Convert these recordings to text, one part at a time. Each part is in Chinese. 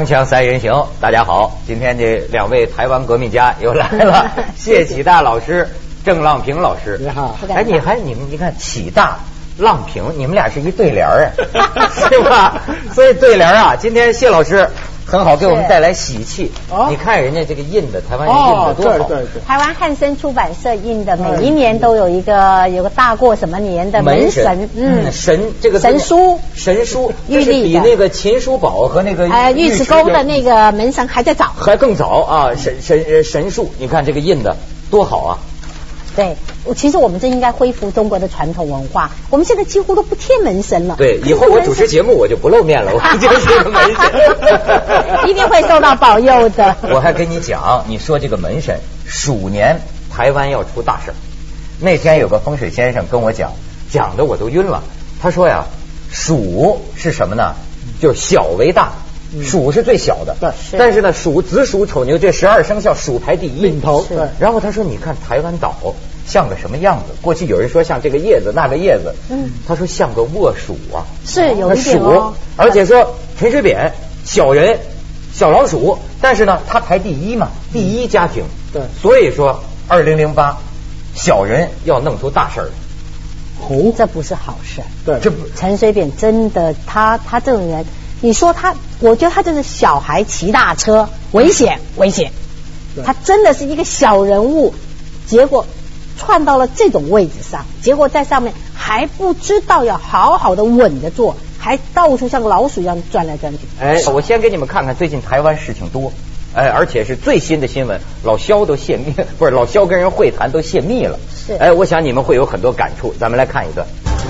铿锵三人行，大家好，今天这两位台湾革命家又来了，谢启大老师、郑浪平老师。 你好。 哎，你看启大、浪平，你们俩是一对联儿哎，是吧？所以对联啊，今天谢老师很好，给我们带来喜气。你看人家这个印的，台湾人印的多好。 对。 台湾汉声出版社印的，每一年都有个大过什么年的门神， 神这个神书， 这是比那个秦叔宝和那个尉迟沟的那个门神还在早， 还更早啊！神书，你看这个印的多好啊！ 对，其实我们这应该恢复中国的传统文化。我们现在几乎都不贴门神了。 对，以后我主持节目我就不露面了，我就是个门神， 一定会受到保佑的。 我还跟你讲，你说这个门神，鼠年台湾要出大事。那天有个风水先生跟我讲的我都晕了。他说呀，鼠是什么呢？就是小为大。鼠是最小的， 对， 但是呢，子鼠丑牛这12生肖鼠排第一， 领头。对， 然后他说，你看台湾岛像个什么样子？过去有人说像这个叶子那个叶子，他说像个卧鼠啊， 是有一点鼠，而且说陈水扁小人小老鼠，但是呢，他排第一嘛，第一家庭， 对， 所以说2008小人要弄出大事儿。 这不是好事。 对， 陈水扁真的，他这种人。你说他，我觉得他就是小孩骑大车，危险。他真的是一个小人物，结果窜到了这种位置上，结果在上面还不知道要好好的稳着做，还到处像个老鼠一样转来转去。 哎，我先给你们看看最近台湾事情多，哎，而且是最新的新闻，老萧都泄密，不是老萧跟人会谈都泄密了。 是， 哎，我想你们会有很多感触，咱们来看一段。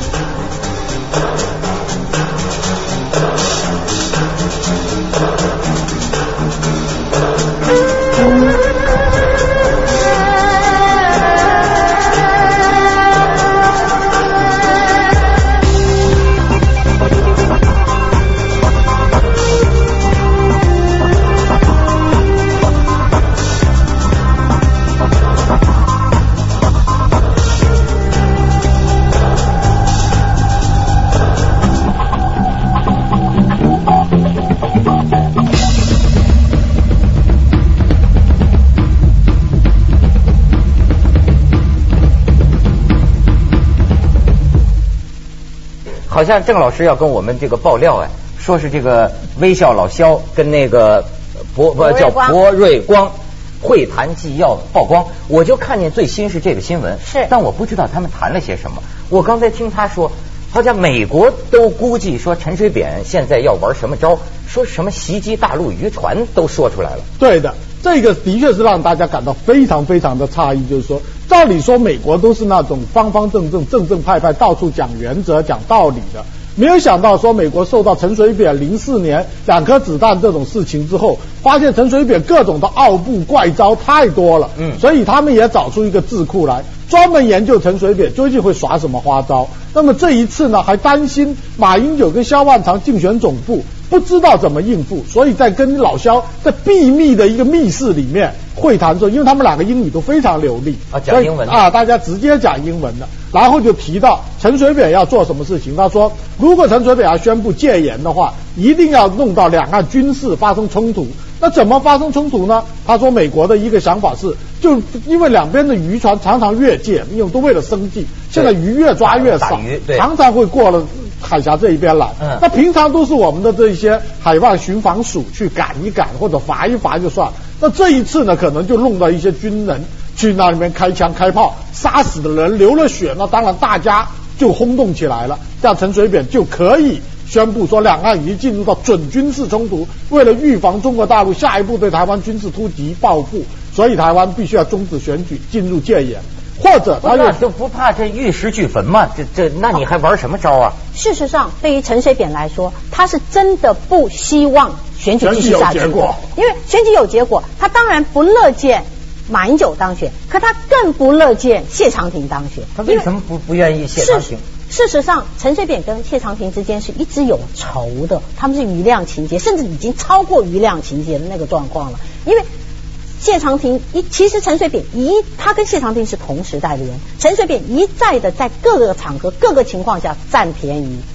好像郑老师要跟我们这个爆料哎，说是这个微笑老萧跟那个博瑞光会谈纪要曝光，我就看见最新是这个新闻， 是， 但我不知道他们谈了些什么。我刚才听他说，好像美国都估计说陈水扁现在要玩什么招，说什么袭击大陆渔船都说出来了。 对的，这个的确是让大家感到非常非常的诧异，就是说，照理说美国都是那种方方正正派，到处讲原则讲道理的，没有想到说美国受到陈水扁04年2颗子弹这种事情之后，发现陈水扁各种的奥步怪招太多了，所以他们也找出一个智库来专门研究陈水扁究竟会耍什么花招。那么这一次呢，还担心马英九跟萧万长竞选总部不知道怎么应付，所以在跟老萧在秘密的一个密室里面会谈的时候，因为他们两个英语都非常流利啊，讲英文啊，大家直接讲英文的，然后就提到陈水扁要做什么事情。他说，如果陈水扁要宣布戒严的话，一定要弄到两岸军事发生冲突。那怎么发生冲突呢？他说，美国的一个想法是，就因为两边的渔船常常越界，因为都为了生计，现在鱼越抓越少，常常会过了海峡这一边来。那平常都是我们的这些海岸巡防署去赶一赶或者罚一罚就算。那这一次呢，可能就弄到一些军人去那里面开枪开炮，杀死的人流了血，那当然大家就轰动起来了，这样陈水扁就可以宣布说两岸已经进入到准军事冲突，为了预防中国大陆下一步对台湾军事突击报复，所以台湾必须要终止选举，进入戒严。或者他就不怕这玉石俱焚嘛？那你还玩什么招啊？ 事实上，对于陈水扁来说，他是真的不希望选举继续下去，因为选举有结果，他当然不乐见马英九当选，可他更不乐见谢长廷当选。 他为什么不愿意谢长廷？ 事实上，陈水扁跟谢长廷之间是一直有仇的，他们是余量情节，甚至已经超过余量情节的那个状况了。因为谢长廷其实陈水扁他跟谢长廷是同时代的人，陈水扁一再的在各个场合、各个情况下占便宜，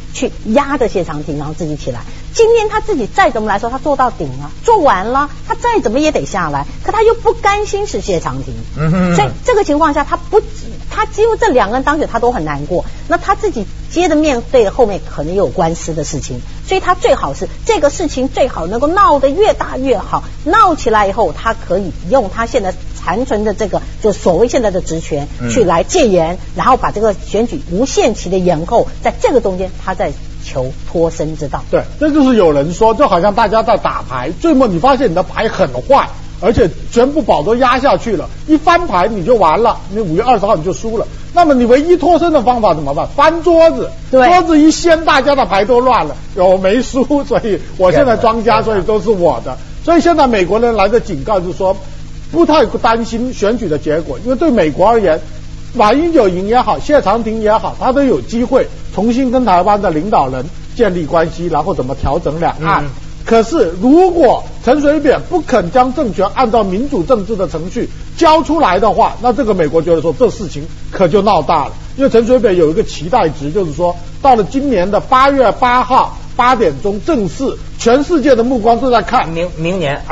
去压着谢长廷，然后自己起来。今天他自己再怎么来说，他做到顶了，做完了，他再怎么也得下来，可他又不甘心是谢长廷，所以这个情况下，他几乎这两个人当选他都很难过。那他自己接着面对后面可能有官司的事情，所以他最好是这个事情最好能够闹得越大越好，闹起来以后，他可以用他现在残存的这个就所谓现在的职权去来戒严，然后把这个选举无限期的延后，在这个中间他在求脱身之道。 对，这就是有人说，就好像大家在打牌，最末你发现你的牌很坏，而且全部宝都压下去了，一翻牌你就完了，你5月20号你就输了。那么你唯一脱身的方法怎么办？翻桌子，桌子一掀，大家的牌都乱了，我没输，所以我现在庄家，所以都是我的。所以现在美国人来的警告就是说，不太担心选举的结果，因为对美国而言，马英九赢也好，谢长廷也好，他都有机会重新跟台湾的领导人建立关系，然后怎么调整两岸。可是如果陈水扁不肯将政权按照民主政治的程序交出来的话，那这个美国觉得说这事情可就闹大了。因为陈水扁有一个期待值，就是说到了今年的8月8号8点钟正式，全世界的目光都在看明年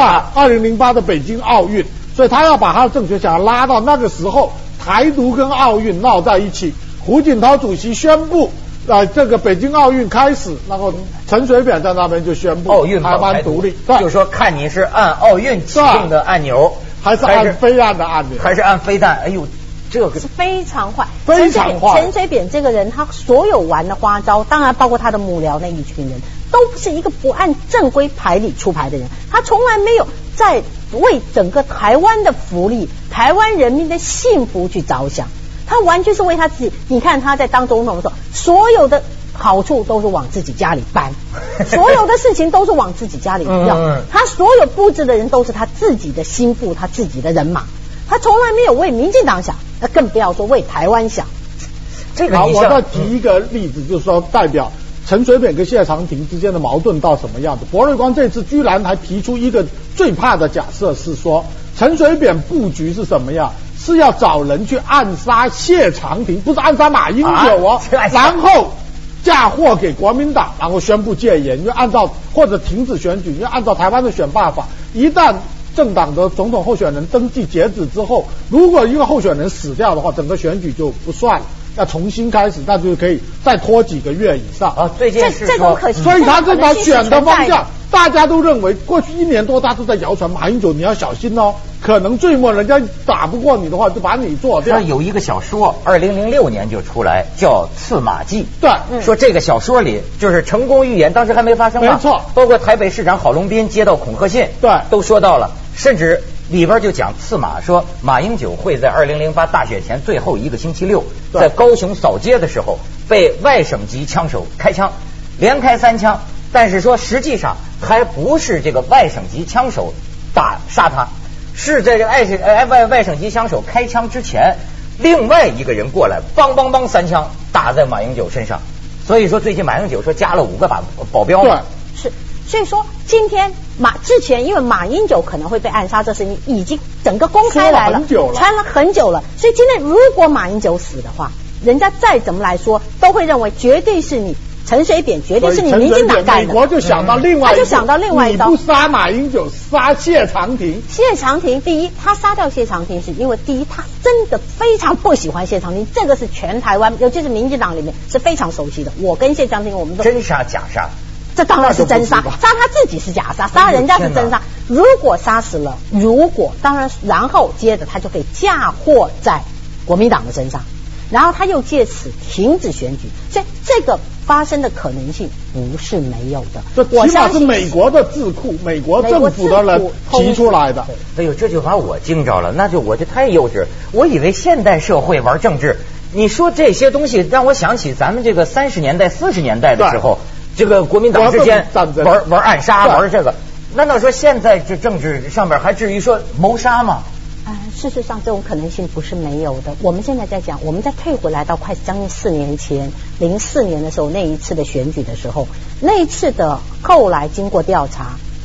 2008 的北京奥运，所以他要把他的政权想要拉到那个时候，台独跟奥运闹在一起。胡锦涛主席宣布这个北京奥运开始，然后陈水扁在那边就宣布奥运台湾独立， 就是说看你是按奥运启动的按钮， 还是按飞弹的按钮， 还是按飞弹。哎呦，这个是非常坏， 非常坏。 陈水扁这个人，他所有玩的花招，当然包括他的幕僚那一群人，都是一个不按正规牌理出牌的人。他从来没有在为整个台湾的福利、台湾人民的幸福去着想。他完全是为他自己。你看他在当总统的时候，所有的好处都是往自己家里搬，所有的事情都是往自己家里要。他所有布置的人都是他自己的心腹，他自己的人马。他从来没有为民进党想，那更不要说为台湾想。 这个好，我再提一个例子，就是说代表陈水扁跟谢长廷之间的矛盾到什么样子。柏瑞光这次居然还提出一个最怕的假设，是说陈水扁布局是什么样？是要找人去暗杀谢长廷，不是暗杀马英九然后嫁祸给国民党，然后宣布戒严，因为按照或者停止选举，因为按照台湾的选罢法，一旦政党的总统候选人登记截止之后，如果一个候选人死掉的话，整个选举就不算了，要重新开始，那就可以再拖几个月以上。 最近是这种可惜， 所以他这把选的方向，大家都认为过去1年多他都在谣传马英九你要小心哦，可能最末人家打不过你的话就把你做掉。 有一个小说2006年就出来叫《刺马记》， 对， 说这个小说里就是成功预言，当时还没发生嘛， 没错， 包括台北市长郝龙斌接到恐吓信， 对， 都说到了，甚至里边就讲刺马，说马英九会在2008大选前最后一个星期六，在高雄扫街的时候被外省籍枪手开枪，连开3枪，但是说实际上还不是这个外省籍枪手杀他，是在这个外省籍枪手开枪之前，另外一个人过来，梆梆梆3枪打在马英九身上。所以说最近马英九说加了5个保镖嘛， 是。所以说今天之前因为马英九可能会被暗杀，这事情已经整个公开来了，传了很久了。所以今天如果马英九死的话，人家再怎么来说都会认为绝对是你陈水扁，绝对是你民进党干的。 美国就想到另外一， 他就想到另外一刀， 你不杀马英九，杀谢长廷。 谢长廷第一，他杀掉谢长廷是因为第一，他真的非常不喜欢谢长廷，这个是全台湾，尤其是民进党里面是非常熟悉的。我跟谢长廷我们都真杀假杀。 这当然是真杀，杀他自己是假杀，杀人家是真杀。如果杀死了，当然，然后接着他就可以嫁祸在国民党的身上，然后他又借此停止选举，所以这个发生的可能性不是没有的。 这起码是美国的智库、美国政府的人提出来的。 哎呦，这就把我惊着了，那就我这太幼稚，我以为现代社会玩政治，你说这些东西让我想起咱们这个30年代、40年代的时候。这个国民党之间玩暗杀，玩这个，难道说现在这政治上边还至于说谋杀吗？ 事实上这种可能性不是没有的。我们现在在讲，我们再退回来到快将近4年前，04年的时候那一次的选举的时候，那一次的后来经过调查，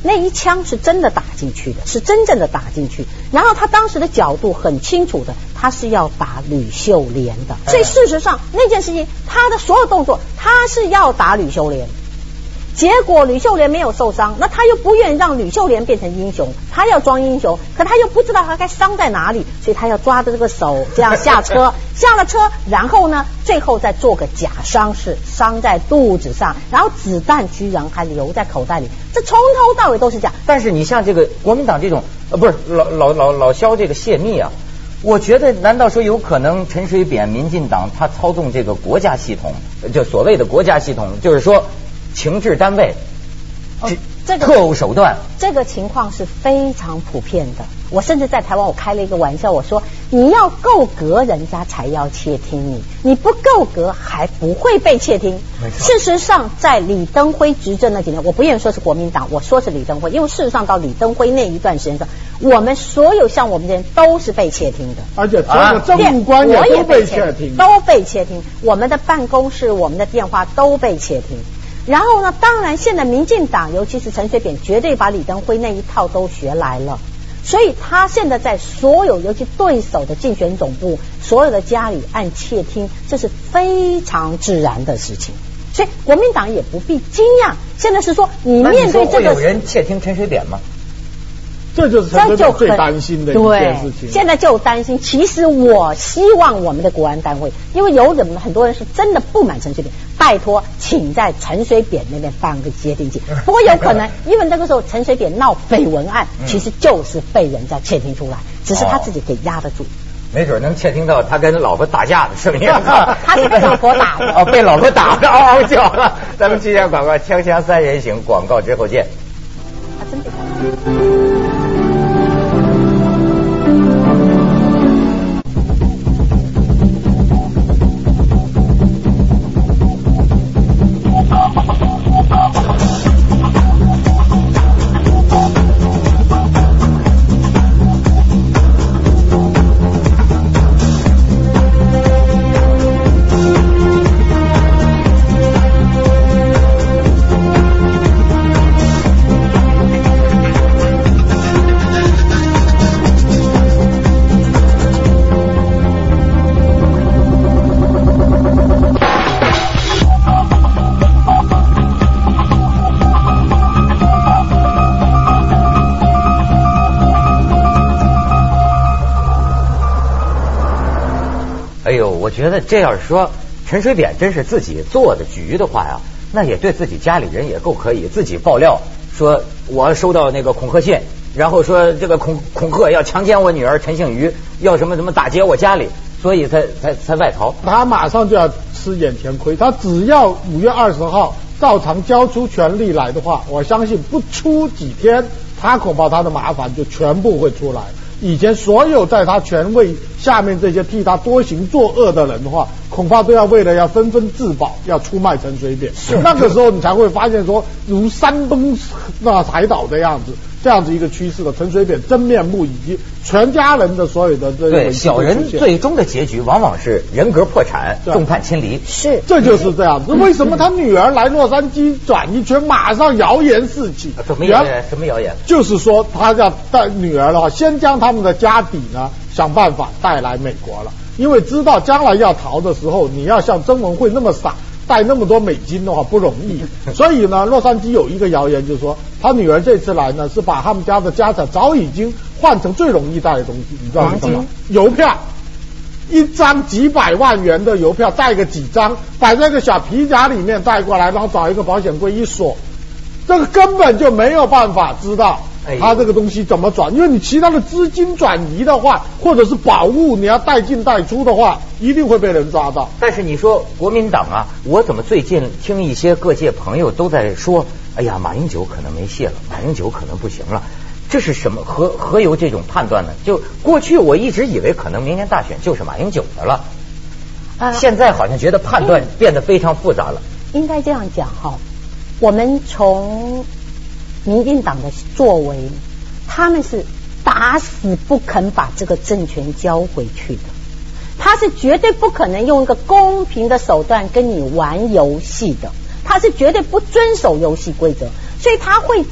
那一枪是真的打进去的，是真正的打进去。然后他当时的角度很清楚的，他是要打吕秀莲的。所以事实上那件事情，他的所有动作，他是要打吕秀莲。结果吕秀莲没有受伤，那他又不愿意让吕秀莲变成英雄，他要装英雄，可他又不知道他该伤在哪里，所以他要抓着这个手这样下车，下了车，然后呢，最后再做个假伤势，伤在肚子上，然后子弹居然还留在口袋里，这从头到尾都是这样。 但是你像这个国民党这种，不是老萧这个泄密啊，我觉得难道说有可能陈水扁民进党他操纵这个国家系统，就所谓的国家系统，就是说情治单位，这个特务手段， 这个情况是非常普遍的。我甚至在台湾我开了一个玩笑，我说你要够格人家才要窃听你，你不够格还不会被窃听。事实上在李登辉执政那几年，我不愿意说是国民党，我说是李登辉，因为事实上到李登辉那一段时间上，我们所有像我们这些人都是被窃听的， 而且所有政务官也都被窃听， 都被窃听，我们的办公室我们的电话都被窃听。然后呢，当然现在民进党尤其是陈水扁绝对把李登辉那一套都学来了，所以他现在在所有尤其对手的竞选总部所有的家里按窃听，这是非常自然的事情，所以国民党也不必惊讶。现在是说你面对这个， 有人窃听陈水扁吗？ 这就是陈水扁最担心的一件事情。 现在就担心。其实我希望我们的国安单位，因为有很多人是真的不满陈水扁，拜托请在陈水扁那边放个窃听器。不过有可能因为那个时候陈水扁闹绯闻案，其实就是被人家窃听出来，只是他自己给压得住。 没准能窃听到他跟老婆打架的声音。 他是被老婆打的。 哦，被老婆打的嗷嗷叫了。咱们去下广告，锵锵三人行，广告之后见。 他真被打。 我觉得这要是说陈水扁真是自己做的局的话呀，那也对自己家里人也够可以，自己爆料说我收到那个恐吓信，然后说这个恐吓要强奸我女儿陈幸瑜，要什么打劫我家里，所以才外逃。 他马上就要吃眼前亏，他只要5月20号照常交出权力来的话，我相信不出几天，他恐怕他的麻烦就全部会出来。以前所有在他权位下面这些替他多行作恶的人的话，恐怕都要为了要纷纷自保，要出卖陈水扁。那个时候你才会发现说，如山崩海倒的样子，这样子一个趋势的陈水扁真面目，以及全家人的所有的这个对小人最终的结局往往是人格破产，众叛亲离。 是， 这就是这样子。为什么他女儿来洛杉矶转一圈，马上谣言四起？ 什么谣言？什么谣言？ 就是说他要带女儿的话，先将他们的家底呢想办法带来美国了，因为知道将来要逃的时候，你要像曾文慧那么傻带那么多美金的话不容易。所以呢，洛杉矶有一个谣言，就是说他女儿这次来呢，是把他们家的家产早已经换成最容易带的东西，你知道是什么？邮票。一张几百万元的邮票，带个几张，摆在一个小皮夹里面带过来，然后找一个保险柜一锁，这个根本就没有办法知道他这个东西怎么转，因为你其他的资金转移的话，或者是宝物你要带进带出的话，一定会被人抓到。 但是你说国民党啊，我怎么最近听一些各界朋友都在说，哎呀，马英九可能没戏了，马英九可能不行了。这是什么？何由这种判断呢？就过去我一直以为可能明年大选就是马英九的了，现在好像觉得判断变得非常复杂了。 应该这样讲哈，我们从民进党的作为，他们是打死不肯把这个政权交回去的，他是绝对不可能用一个公平的手段跟你玩游戏的，他是绝对不遵守游戏规则，所以他会在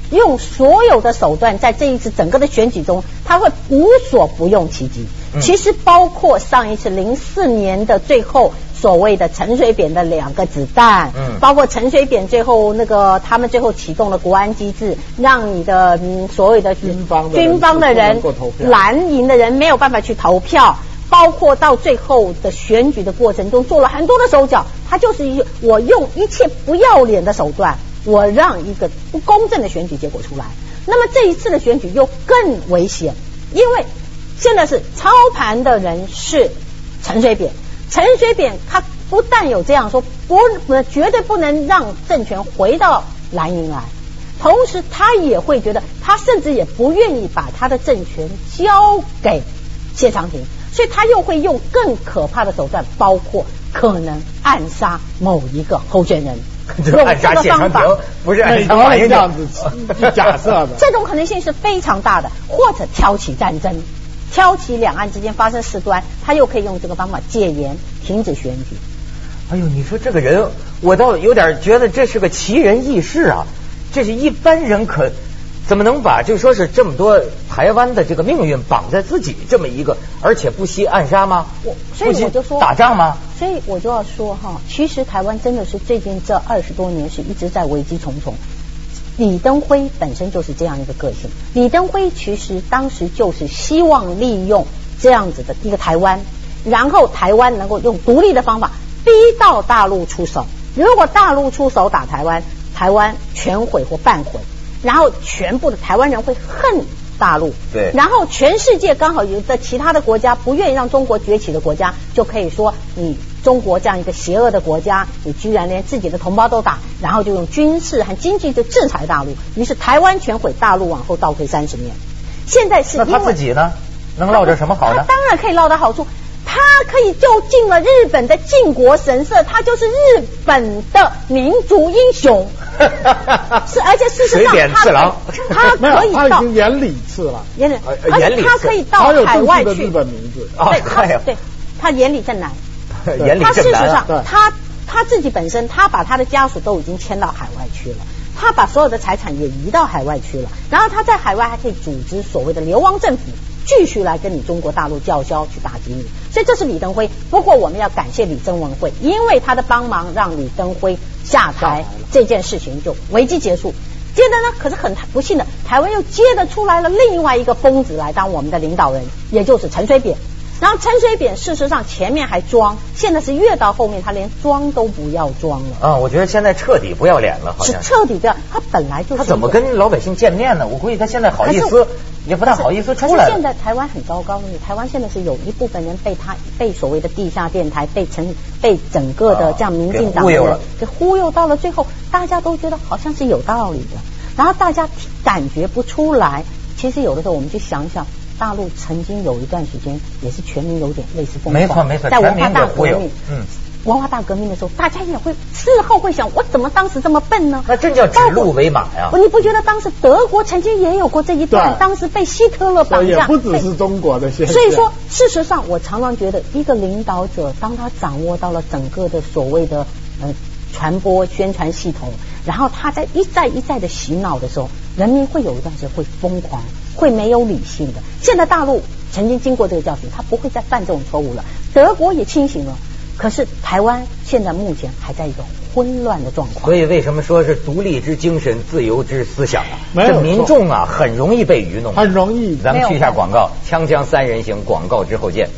用所有的手段，在这一次整个的选举中，他会无所不用其极。其实包括上一次04年的最后所谓的陈水扁的2个子弹，包括陈水扁最后他们最后启动了国安机制，让你的所谓的军方的人蓝营的人没有办法去投票。包括到最后的选举的过程中做了很多的手脚，他就是我用一切不要脸的手段，我让一个不公正的选举结果出来。那么这一次的选举又更危险，因为现在是操盘的人是陈水扁，陈水扁他不但有这样说，绝对不能让政权回到蓝营来，同时他也会觉得，他甚至也不愿意把他的政权交给谢长廷。所以他又会用更可怕的手段，包括可能暗杀某一个候选人， 用暗杀谢长廷，不是暗杀马英九这样子假设的， 这种可能性是非常大的，或者挑起战争，挑起两岸之间发生事端，他又可以用这个方法戒严，停止选举。 哎呦，你说这个人，我倒有点觉得这是个奇人异事啊，这是一般人怎么能把就说是这么多台湾的这个命运绑在自己这么一个，而且不惜暗杀吗？ 所以我就说打仗吗？ 所以我就要说哈，其实台湾真的是最近这20多年是一直在危机重重。李登辉本身就是这样一个个性，李登辉其实当时就是希望利用这样子的一个台湾，然后台湾能够用独立的方法逼到大陆出手。如果大陆出手打台湾，台湾全毁或半毁。然后全部的台湾人会恨大陆， 对， 然后全世界刚好有的其他的国家不愿意让中国崛起的国家，就可以说你中国这样一个邪恶的国家，你居然连自己的同胞都打，然后就用军事和经济的制裁大陆，于是台湾全毁，大陆往后倒退30年。现在是因为那他自己呢，能落着什么好呢？ 他当然可以落得好处。他可以就进了日本的靖国神社，他就是日本的民族英雄。是，而且事实上他可以到， 他已经眼里刺了， 而且他可以到海外去。 日本名字， 对，他眼里正南。 眼里正南。 他事实上，他自己本身，他把他的家属都已经迁到海外去了。他把所有的财产也移到海外去了，然后他在海外还可以组织所谓的流亡政府，继续来跟你中国大陆叫嚣，去打击你。所以这是李登辉。不过我们要感谢李曾文慧，因为他的帮忙，让李登辉下台，这件事情就危机结束。接着呢，可是很不幸的，台湾又接着出来了另外一个疯子来当我们的领导人，也就是陈水扁。然后陈水扁事实上前面还装，现在是越到后面他连装都不要装了。 我觉得现在彻底不要脸了，好像是彻底不要。他本来就是他怎么跟老百姓见面呢？我估计他现在好意思也不大好意思出来了。 可是现在台湾很糟糕的，台湾现在是有一部分人被所谓的地下电台被整个的这样民进党给忽悠到了最后，大家都觉得好像是有道理的，然后大家感觉不出来。其实有的时候我们去想想。大陆曾经有一段时间也是全民有点类似疯狂， 没错， 在文化大革命，文化大革命的时候，大家也会事后会想，我怎么当时这么笨呢？ 那这叫指鹿为马呀！ 你不觉得当时德国曾经也有过这一段？当时被希特勒绑架， 也不只是中国的现象。 所以说，事实上，我常常觉得，一个领导者当他掌握到了整个的所谓的传播宣传系统，然后他在一再的洗脑的时候，人民会有一段时间会疯狂。会没有理性的。现在大陆曾经经过这个教训，他不会再犯这种错误了。德国也清醒了，可是台湾现在目前还在一个混乱的状况。 所以为什么说是独立之精神，自由之思想啊？这民众啊，很容易被愚弄， 很容易。 咱们去一下广告，锵锵三人行，广告之后见。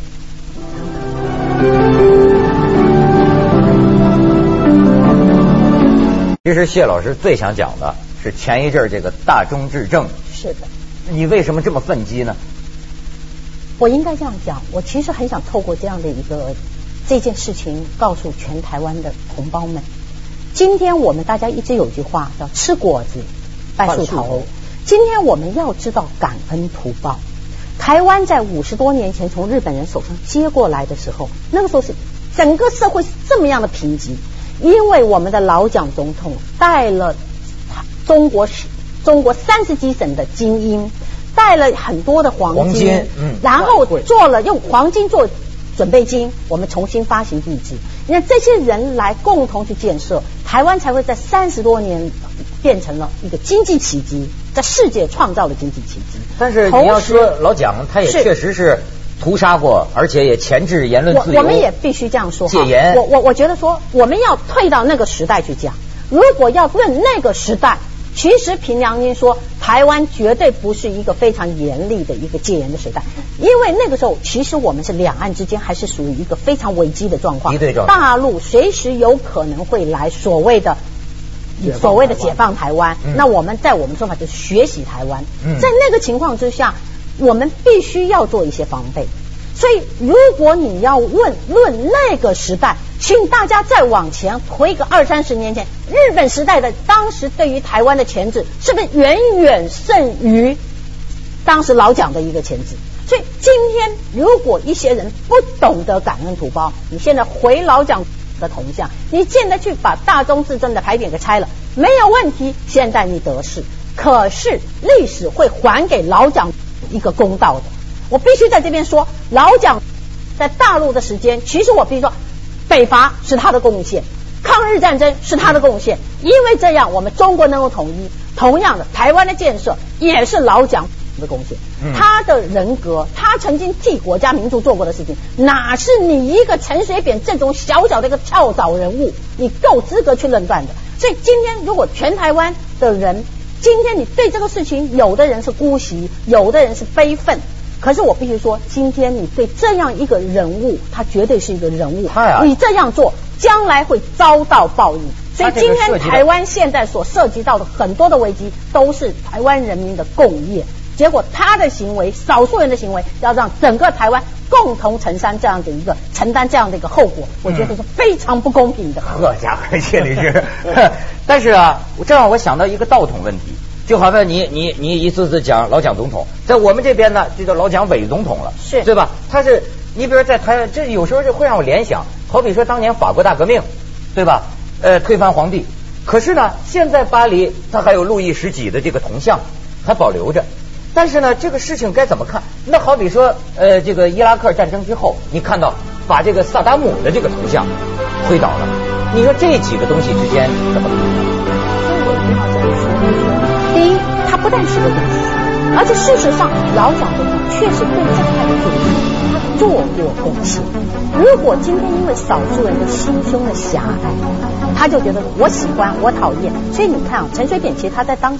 其实谢老师最想讲的是前一阵这个大中至正。 是的。 你为什么这么愤激呢？ 我应该这样讲，我其实很想透过这样的这件事情，告诉全台湾的同胞们，今天我们大家一直有句话叫吃果子拜树头。今天我们要知道感恩图报。台湾在50多年前从日本人手上接过来的时候，那个时候是整个社会是这么样的贫瘠，因为我们的老蒋总统带了中国30几省的精英，带了很多的黄金，然后用黄金做准备金，我们重新发行币制。你看这些人来共同去建设台湾，才会在30多年变成了一个经济奇迹。 在世界创造了经济奇迹。 但是你要说老蒋，他也确实是屠杀过，而且也钳制言论自由。 我们也必须这样说。 戒严。 我觉得说，我们要退到那个时代去讲。如果要论那个时代，其实凭良心说，台湾绝对不是一个非常严厉的一个戒严的时代，因为那个时候其实我们是两岸之间还是属于一个非常危机的状况。大陆随时有可能会来所谓的解放台湾，那我们在我们说法就是学习台湾。在那个情况之下，我们必须要做一些防备。所以如果你要论那个时代，请大家再往前推个20-30年前，日本时代的当时对于台湾的钳制是不是远远胜于当时老蒋的一个钳制？所以今天如果一些人不懂得感恩图报，你现在回老蒋的铜像，你现在去把大中至正的牌匾给拆了，没有问题，现在你得势，可是历史会还给老蒋一个公道的。我必须在这边说，老蒋在大陆的时间，其实我必须说，北伐是他的贡献，抗日战争是他的贡献，因为这样我们中国能够统一。同样的，台湾的建设也是老蒋的贡献。他的人格，他曾经替国家民族做过的事情，哪是你一个陈水扁这种小小的一个跳蚤人物你够资格去论断的？所以今天如果全台湾的人，今天你对这个事情，有的人是姑息，有的人是悲愤。可是我必须说，今天你对这样一个人物，他绝对是一个人物，你这样做将来会遭到报应。所以今天台湾现在所涉及到的很多的危机，都是台湾人民的共业。结果他的行为，少数人的行为，要让整个台湾共同承担这样的一个后果，我觉得是非常不公平的。 好家伙，谢律师。但是啊，这让我想到一个道统问题。就好像你一次次讲老蒋总统，在我们这边呢，就叫老蒋伪总统了， 是对吧？他是你比如在台湾，这有时候是会让我联想，好比说当年法国大革命，对吧？推翻皇帝，可是呢，现在巴黎他还有路易十几的这个铜像还保留着，但是呢，这个事情该怎么看？那好比说，这个伊拉克战争之后，你看到把这个萨达姆的这个铜像推倒了，你说这几个东西之间怎么看？ 所以我一定要这样说。第一，他不但是个董事，而且事实上，老蒋总统确实对这块的主义他做过贡献。如果今天因为少数人的心胸的狭隘，他就觉得我喜欢我讨厌，所以你看啊，陈水扁其实他在当